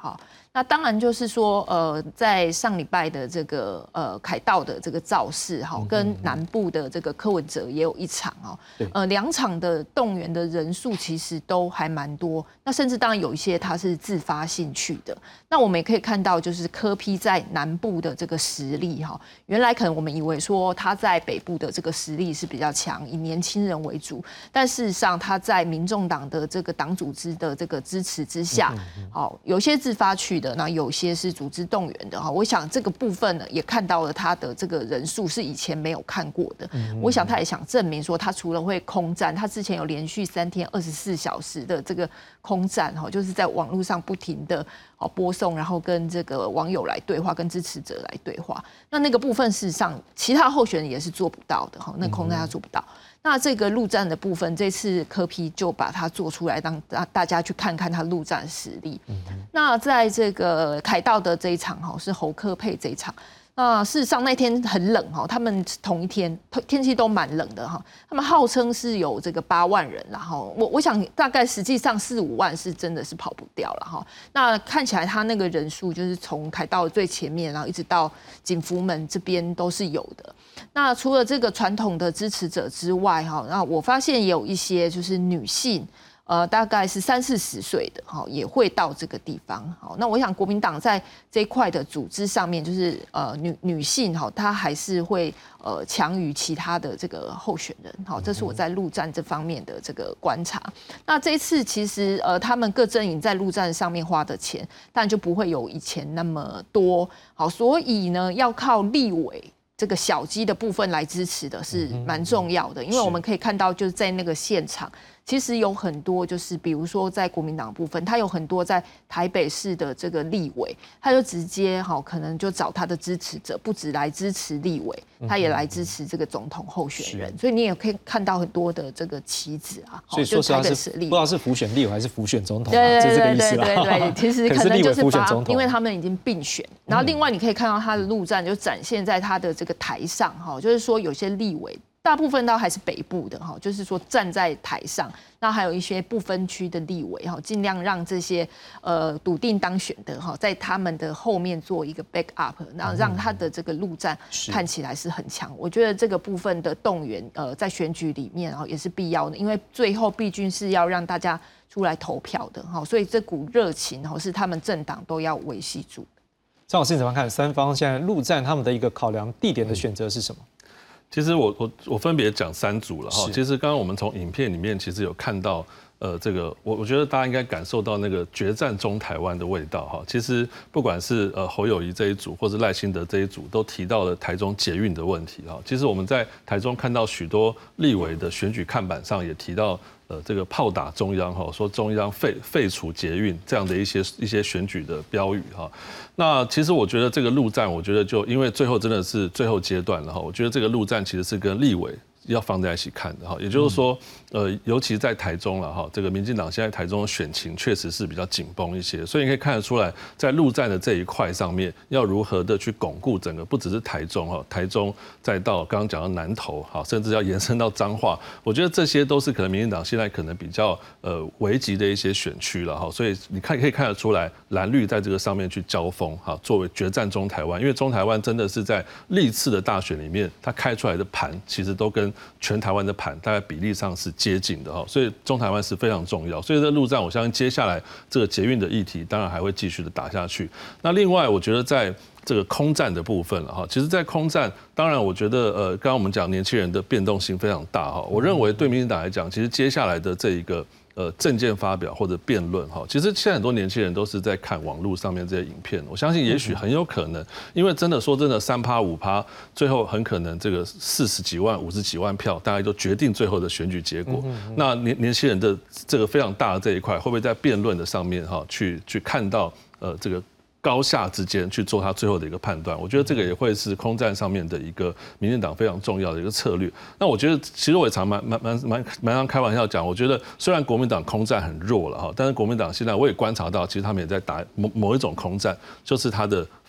那当然就是说，在上礼拜的这个凯道的这个造势哈，跟南部的这个柯文哲也有一场哦，两场的动员的人数其实都还蛮多，那甚至当然有一些他是自发性去的。那我们也可以看到，就是柯 P 在南部的这个实力哈，原来可能我们以为说他在北部的这个实力是比较强，以年轻人为主，但事实上他在民众党的这个党组织的这个支持之下，好，有些自发去的，那有些是组织动员的哈。我想这个部分呢，也看到了他的这个人数是以前没有看过的。我想他也想证明说，他除了会空战，他之前有连续3天24小时的这个空战哈，就是在网络上不停的播送，然后跟这个网友来对话，跟支持者来对话。那个部分事实上，其他候选人也是做不到的哈，那空战他做不到。那这个陆战的部分，这次柯 P 就把它做出来，让大家去看看他陆战实力。那在这个凯道的这一场哈，是侯柯配这一场。那事实上那天很冷哈，他们同一天天气都蛮冷的哈。他们号称是有这个8万人，然后我想大概实际上4、5万是真的是跑不掉了哈。那看起来他那个人数就是从凯道最前面，然后一直到景福门这边都是有的。那除了这个传统的支持者之外哈，那我发现也有一些就是女性。大概是30、40岁的，也会到这个地方。好，那我想国民党在这一块的组织上面，就是女性她还是会强于其他的这个候选人。好，这是我在陆战这方面的这个观察。那这一次其实他们各阵营在陆战上面花的钱，当然就不会有以前那么多。好，所以呢，要靠立委这个小鸡的部分来支持的是蛮重要的，因为我们可以看到就是在那个现场。其实有很多，就是比如说在国民党的部分，他有很多在台北市的这个立委，他就直接可能就找他的支持者，不止来支持立委，他也来支持这个总统候选人，所以你也可以看到很多的这个棋子啊。 所以说实话是不知道是浮选立委还是浮选总统， 对就这个意思啦。 对，其实可能就是因为他们已经并选，然后另外你可以看到他的陆战就展现在他的这个台上哈，就是说有些立委。大部分都还是北部的哈，就是说站在台上，那还有一些不分区的立委哈，尽量让这些笃定当选的哈，在他们的后面做一个 back up， 然后让他的这个陆战看起来是很强。我觉得这个部分的动员在选举里面也是必要的，因为最后毕竟是要让大家出来投票的哈，所以这股热情是他们政党都要维系住。 张老师怎么看三方现在陆战他们的一个考量地点的选择是什么？ 其实我分别讲3组了哈。其实刚刚我们从影片里面其实有看到，这个我觉得大家应该感受到那个决战中台湾的味道哈。其实不管是侯友宜这一组，或是赖清德这一组，都提到了台中捷运的问题哈。其实我们在台中看到许多立委的选举看板上也提到。这个炮打中央哈，说中央废除捷运这样的一些选举的标语哈。那其实我觉得这个陆战，我觉得就因为最后真的是最后阶段了哈，我觉得这个陆战其实是跟立委要放在一起看的哈。也就是说，尤其在台中了哈，这个民进党现在台中的选情确实是比较紧绷一些，所以你可以看得出来，在陆战的这一块上面，要如何的去巩固整个，不只是台中哈，台中再到刚刚讲到南投哈，甚至要延伸到彰化，我觉得这些都是可能民进党现在可能比较危急的一些选区了哈，所以你可以看得出来，蓝绿在这个上面去交锋哈，作为决战中台湾，因为中台湾真的是在历次的大选里面，它开出来的盘其实都跟全台湾的盘大概比例上是接近的哈，所以中台湾是非常重要。所以这陆战，我相信接下来这个捷运的议题，当然还会继续的打下去。那另外，我觉得在这个空战的部分了哈，其实，在空战，当然我觉得刚刚我们讲年轻人的变动性非常大哈，我认为对民进党来讲，其实接下来的这一个。政见发表或者辩论哈，其实现在很多年轻人都是在看网络上面这些影片。我相信也许很有可能，因为真的说真的3%、5%，最后很可能这个40几万、50几万票，大概都决定最后的选举结果。那年轻人的这个非常大的这一块，会不会在辩论的上面哈，去看到这个？高下之间去做他最后的一个判断，我觉得这个也会是空战上面的一个民进党非常重要的一个策略。那我觉得其实我也常蛮常开玩笑讲，我觉得虽然国民党空战很弱了哈，但是国民党现在我也观察到，其实他们也在打某一种空战，就是他的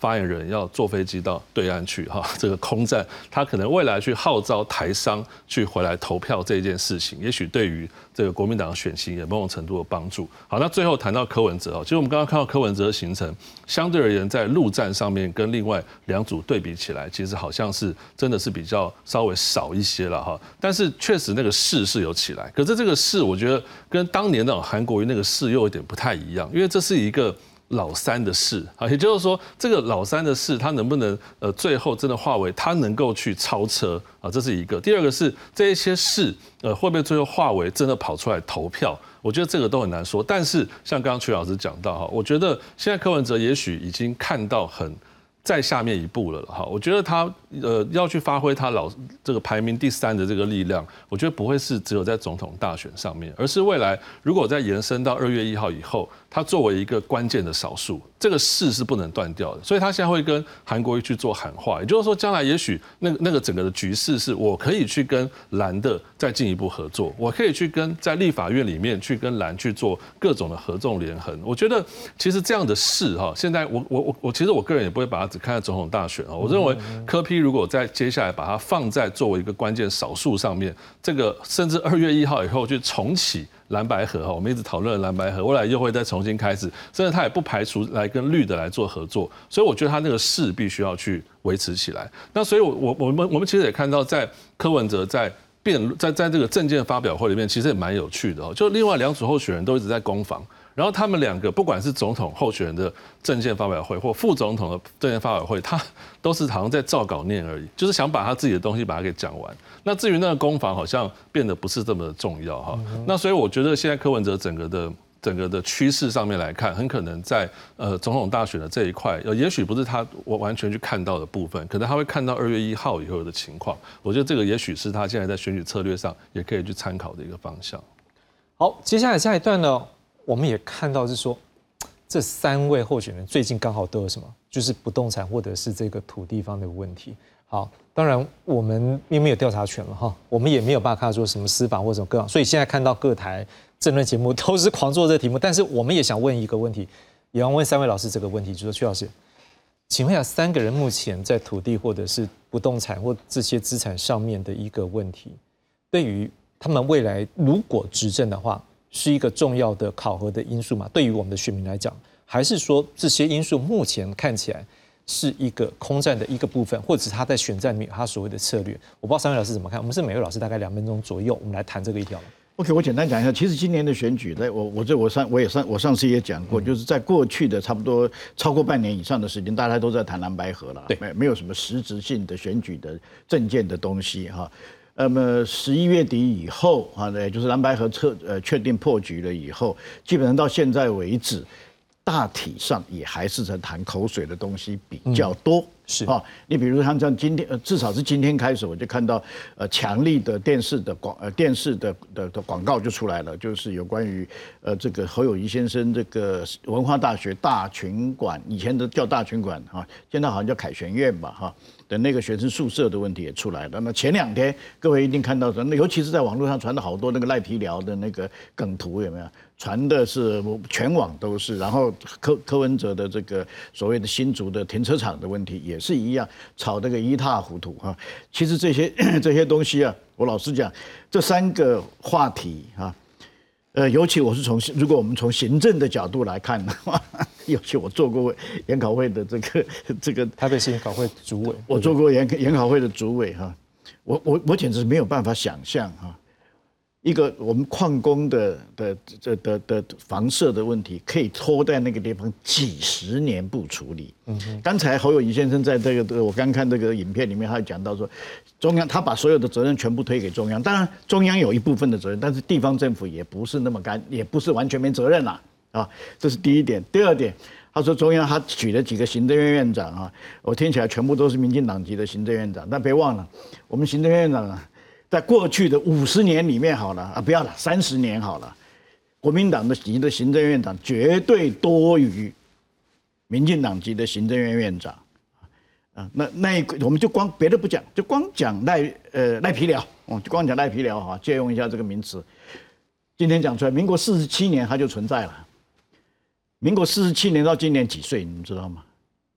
发言人要坐飞机到对岸去这个空战，他可能未来去号召台商去回来投票这件事情，也许对于这个国民党的选情有某种程度的帮助。好，那最后谈到柯文哲其实我们刚刚看到柯文哲的行程，相对而言在陆战上面跟另外2组对比起来，其实好像是真的是比较稍微少一些了但是确实那个势是有起来，可是这个势我觉得跟当年那种韩国瑜那个势又有点不太一样，因为这是一个老三的势也就是说，这个老三的势，他能不能最后真的化为他能够去超车这是一个。第二个是这一些势会不会最后化为真的跑出来投票？我觉得这个都很难说。但是像刚刚曲老师讲到我觉得现在柯文哲也许已经看到很在下面一步了我觉得他要去发挥他这个排名第3的这个力量，我觉得不会是只有在总统大选上面，而是未来如果再延伸到2月1号以后，他作为一个关键的少数，这个势是不能断掉的。所以他现在会跟韩国瑜去做喊话，也就是说，将来也许那个整个的局势是我可以去跟蓝的再进一步合作，我可以去在立法院里面去跟蓝去做各种的合纵连横。我觉得其实这样的势现在其实我个人也不会把它只看在总统大选我认为柯 P 如果在接下来把它放在作为一个关键少数上面，这个甚至2月1号以后去重启蓝白合我们一直讨论蓝白合，未来又会再重新开始，甚至他也不排除来跟绿的来做合作，所以我觉得他那个势必须要去维持起来。那所以我们其实也看到，在柯文哲在这个政见发表会里面，其实也蛮有趣的就另外2组候选人都一直在攻防。然后他们2个不管是总统候选人的政见发表会或副总统的政见发表会，他都是好像在照稿念而已，就是想把他自己的东西把它给讲完。那至于那个攻防好像变得不是这么的重要那所以我觉得现在柯文哲整个的趋势上面来看，很可能在总统大选的这一块，也许不是他完全去看到的部分，可能他会看到2月1号以后的情况。我觉得这个也许是他现在在选举策略上也可以去参考的一个方向。 好，接下来下一段呢，我们也看到是说，这3位候选人最近刚好都有什么，就是不动产或者是这个土地方的问题。好，当然我们因为没有调查权了我们也没有办法看到说什么司法或者什么各样，所以现在看到各台政论节目都是狂做这个题目。但是我们也想问一个问题，也要问3位老师这个问题，就是说曲老师，请问一下，3个人目前在土地或者是不动产或这些资产上面的一个问题，对于他们未来如果执政的话，是一个重要的考核的因素嘛？对于我们的选民来讲，还是说这些因素目前看起来是一个空战的一个部分，或者是他在选战里面有他所谓的策略？我不知道3位老师怎么看。我们是每位老师大概2分钟左右，我们来谈这个一条。 OK， 我简单讲一下，其实今年的选举，我上次也讲过，就是在过去的差不多超过半年以上的时间，大家都在谈蓝白合了，没有什么实质性的选举的政见的东西那么11月底以后也就是蓝白合确定破局了以后，基本上到现在为止，大体上也还是在谈口水的东西比较多。是你比如说像今天，至少是今天开始，我就看到强力的电视的广告就出来了，就是有关于这个侯友宜先生这个文化大学大群馆，以前都叫大群馆现在好像叫凯旋院吧的那个学生宿舍的问题也出来了。那前2天各位一定看到，尤其是在网络上传的好多那个赖皮聊的那个梗图，有没有？传的是全网都是，然后柯文哲的这个所谓的新竹的停车场的问题也是一样，吵得个一塌糊涂其实这些东西我老实讲，这3个话题尤其我是如果我们从行政的角度来看的话，尤其我做过研考会的这个台北市研考会主委， 我做过研考会的主委我简直没有办法想象一个我们矿工的房舍的问题，可以拖在那个地方几10年不处理。刚才侯友宜先生在这个我刚看这个影片里面，他讲到说，中央他把所有的责任全部推给中央，当然中央有一部分的责任，但是地方政府也不是那么也不是完全没责任啦这是第一点。第二点，他说中央他举了几个行政院院长我听起来全部都是民进党籍的行政院长，但别忘了，我们行政院长在过去的50年里面好了不要了，30年好了，国民党的籍的行政院长绝对多于民进党籍的行政院院长那我们就光别的不讲，就光讲赖皮寮就光讲赖皮寮借用一下这个名词。今天讲出来，民国47年它就存在了。民国47年到今年几岁，你们知道吗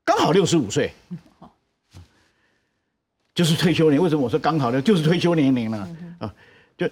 刚好65岁，就是退休年。为什么我说刚好呢？就是退休年龄了啊，就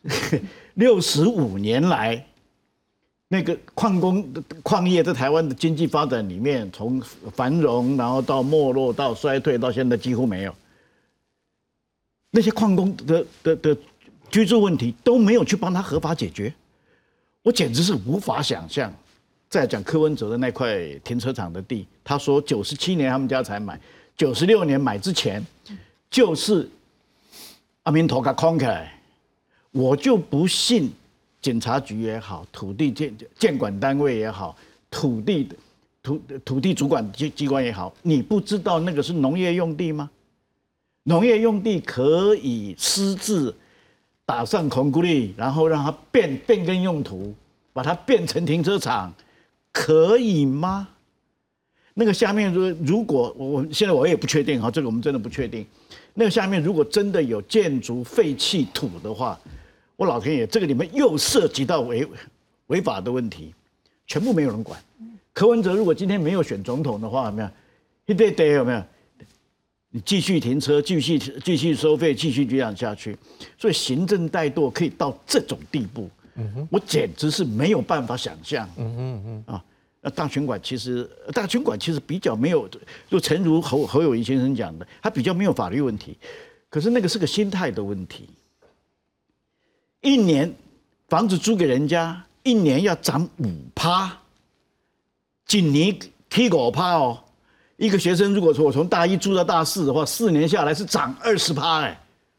65年来。那个矿业在台湾的经济发展里面，从繁荣，然后到没落，到衰退，到现在几乎没有。那些矿工的居住问题都没有去帮他合法解决，我简直是无法想象。再讲柯文哲的那块停车场的地，他说97年他们家才买，96年买之前就是阿明头给空起来，我就不信。警察局也好，土地监管单位也好，土地主管机关也好，你不知道那个是农业用地吗？农业用地可以私自打上concrete，然后让它变更用途，把它变成停车场，可以吗？那个下面如果我现在我也不确定哈，这个我们真的不确定。那个下面如果真的有建筑废弃土的话，我老天爷，这个里面又涉及到违法的问题，全部没有人管。柯文哲如果今天没有选总统的话，有没有？一堆堆有没有？你继续停车，继续收费，继续这样下去，所以行政怠惰可以到这种地步，我简直是没有办法想象。啊，那大权馆其实比较没有，就诚如侯友宜先生讲的，他比较没有法律问题，可是那个是个心态的问题。一年房子租给人家，一年要涨5%，几年起5%哦。一个学生如果说我从大1住到大4的话，4年下来是涨20%哎。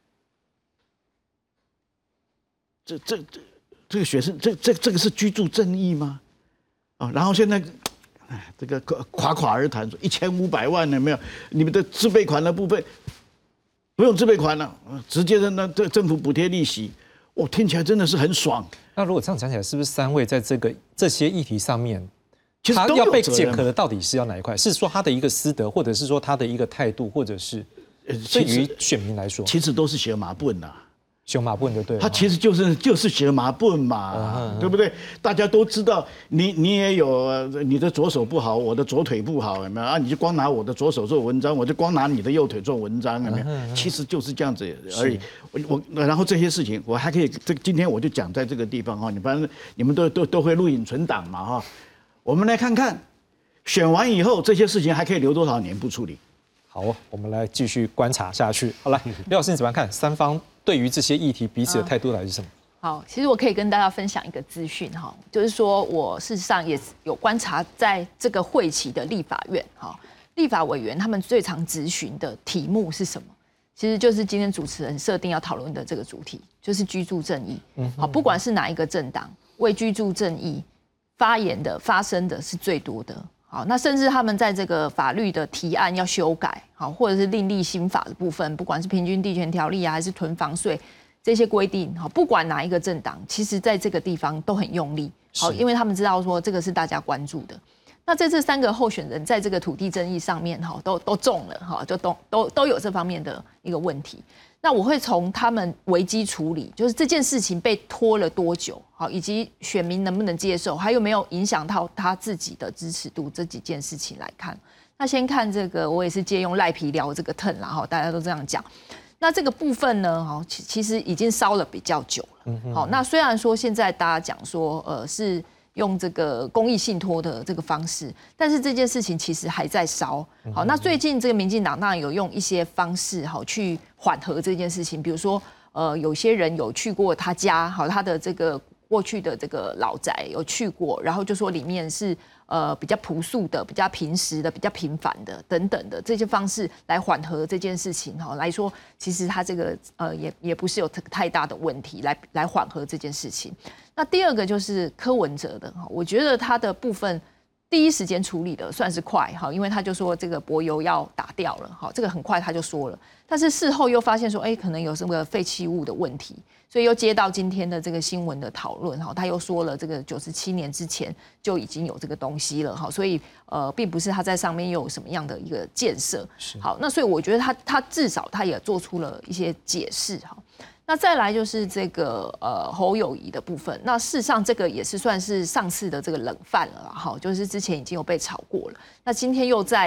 这个学生这个是居住正义吗？啊，然后现在，这个夸而谈说1500万有没有？你们的自备款的部分不用自备款了，直接让这政府补贴利息。我听起来真的是很爽。 那如果这样讲起来，是不是3位在这些议题上面， 其实他要被检核的到底是要哪一块？是说他的一个私德，或者是说他的一个态度，或者是对于选民来说， 其实都是小马笨呐。 小马笨就对了， 他其实就是小马笨嘛，对不对？大家都知道，你也有你的左手不好，我的左腿不好，有没有啊？你就光拿我的左手做文章，我就光拿你的右腿做文章，有没有？其实就是这样子而已。然后这些事情我还可以，今天我就讲在这个地方哈，反正你们都会录影存档嘛哈。我们来看看，选完以后这些事情还可以留多少年不处理？ 好，我们来继续观察下去。好，来，廖老师你怎么看三方对于这些议题彼此的态度到底是什么？ 好，其实我可以跟大家分享一个资讯哈，就是说我事实上也有观察，在这个会期的立法院哈，立法委员他们最常质询的题目是什么？其实就是今天主持人设定要讨论的这个主题，就是居住正义。好，不管是哪一个政党为居住正义发言的、发声的是最多的。好，那甚至他们在这个法律的提案要修改，好，或者是另立新法的部分，不管是平均地权条例啊，还是囤房税这些规定，好，不管哪一个政党，其实在这个地方都很用力，好，因为他们知道说这个是大家关注的。那这3个候选人在这个土地争议上面，哈，都中了，哈，就都有这方面的一个问题。那我会从他们危机处理，就是这件事情被拖了多久，好，以及选民能不能接受，还有没有影响到他自己的支持度这几件事情来看。那先看这个，我也是借用赖皮聊这个turn啦，哈，大家都这样讲。那这个部分呢，哈，其实已经烧了比较久了。好，那虽然说现在大家讲说，是用这个公益信托的这个方式，但是这件事情其实还在烧。好，那最近这个民进党当然有用一些方式，好去缓和这件事情，比如说，有些人有去过他家，好，他的这个过去的这个老宅有去过，然后就说里面是比较朴素的、比较平实的、比较平凡的等等的这些方式来缓和这件事情，哈，来说其实他这个也不是有太大的问题来缓和这件事情。那第二个就是柯文哲的，我觉得他的部分第一时间处理的算是快，哈，因为他就说这个柏油要打掉了，哈，这个很快他就说了，但是事后又发现说，可能有什么废弃物的问题，所以又接到今天的这个新闻的讨论，哈，他又说了这个97年之前就已经有这个东西了，哈，所以并不是他在上面又有什么样的一个建设，好，那所以我觉得他至少他也做出了一些解释，哈。那再来就是这个侯友宜的部分，那事实上这个也是算是上次的这个冷饭了啦，哈，就是之前已经有被炒过了，那今天又在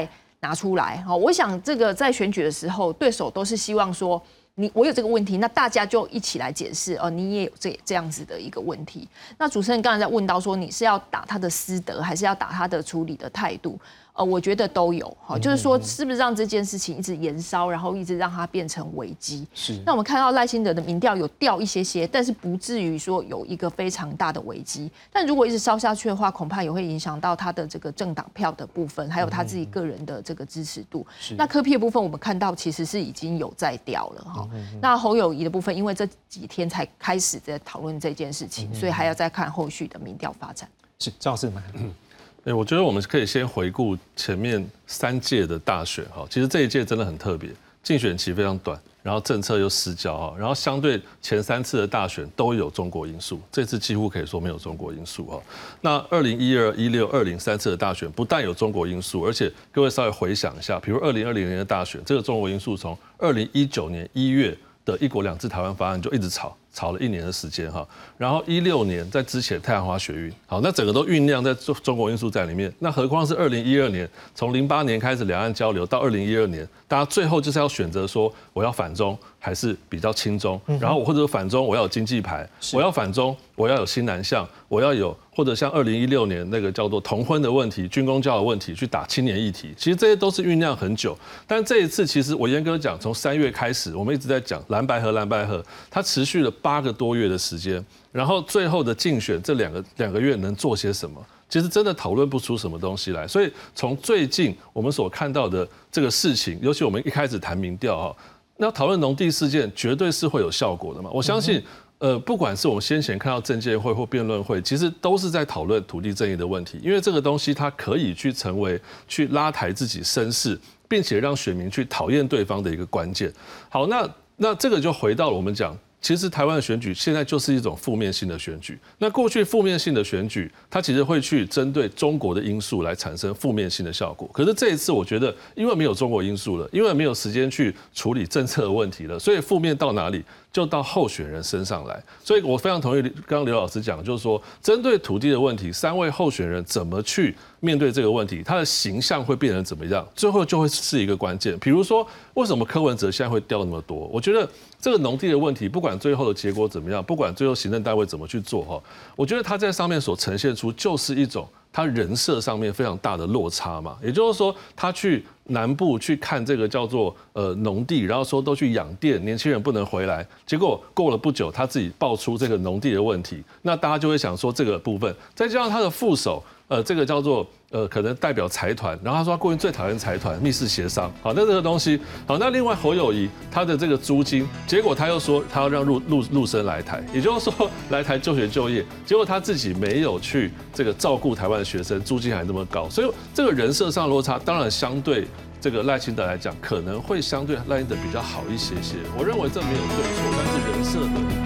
拿出来。我想这个在选举的时候，对手都是希望说。我有这个问题，那大家就一起来解释你也有这样子的一个问题。那主持人刚才在问到说，你是要打他的私德，还是要打他的处理的态度？我觉得都有，就是说是不是让这件事情一直延烧，然后一直让它变成危机？是。那我们看到赖清德的民调有掉一些，但是不至于说有一个非常大的危机。但如果一直烧下去的话，恐怕也会影响到他的这个政党票的部分，还有他自己个人的这个支持度。那柯 P 的部分，我们看到其实是已经有在掉了哈。那侯友宜的部分，因为这几天才开始在讨论这件事情，所以还要再看后续的民调发展。 是赵老师吗？ 我觉得我们可以先回顾前面3届的大选哈，其实这一届真的很特别，竞选期非常短，然后政策又失焦哈，然后相对前3次的大选都有中国因素，这次几乎可以说没有中国因素哈。那2012、16、20 3次的大选不但有中国因素，而且各位稍微回想一下，比如2020年的大选，这个中国因素从2019年1月的1国2制台湾方案就一直吵了1年的时间哈，然后16年在之前太阳花学运，好，那整个都酝酿在中国因素在里面，那何况是2012年，从08年开始两岸交流到2012年，大家最后就是要选择说我要反中还是比较亲中，然后或者反中我要有经济牌，我要反中我要有新南向，我要有或者像2016年那个叫做同婚的问题、军公教的问题去打青年议题，其实这些都是酝酿很久，但这一次其实我严格讲，从3月开始，我们一直在讲蓝白合，它持续了8个多月的时间，然后最后的竞选这两个月能做些什么？其实真的讨论不出什么东西来。所以从最近我们所看到的这个事情，尤其我们一开始谈民调哈，那讨论农地事件绝对是会有效果的嘛。我相信，不管是我们先前看到政见会或辩论会，其实都是在讨论土地正义的问题，因为这个东西它可以去成为去拉抬自己声势，并且让选民去讨厌对方的一个关键。好，那这个就回到了我们讲。其实台湾的选举现在就是一种负面性的选举。那过去负面性的选举，它其实会去针对中国的因素来产生负面性的效果。可是这一次，我觉得因为没有中国因素了，因为没有时间去处理政策的问题了，所以负面到哪里就到候选人身上来。所以我非常同意刚刚刘老师讲的，就是说针对土地的问题，3位候选人怎么去面对这个问题，他的形象会变成怎么样，最后就会是一个关键。比如说，为什么柯文哲现在会掉那么多？我觉得这个农地的问题，不管最后的结果怎么样，不管最后行政单位怎么去做哈，我觉得他在上面所呈现出就是一种他人设上面非常大的落差嘛。也就是说，他去南部去看这个叫做农地，然后说都去养电，年轻人不能回来，结果过了不久，他自己爆出这个农地的问题，那大家就会想说这个部分，再加上他的副手。这个叫做可能代表财团，然后他说他过去最讨厌财团密室协商，好，那这个东西好，那另外侯友宜他的这个租金，结果他又说他要让陆生来台，也就是说来台就学就业，结果他自己没有去这个照顾台湾的学生，租金还那么高，所以这个人设上落差，当然相对这个赖清德来讲，可能会相对赖清德比较好一些些。我认为这没有对错，但是人设的。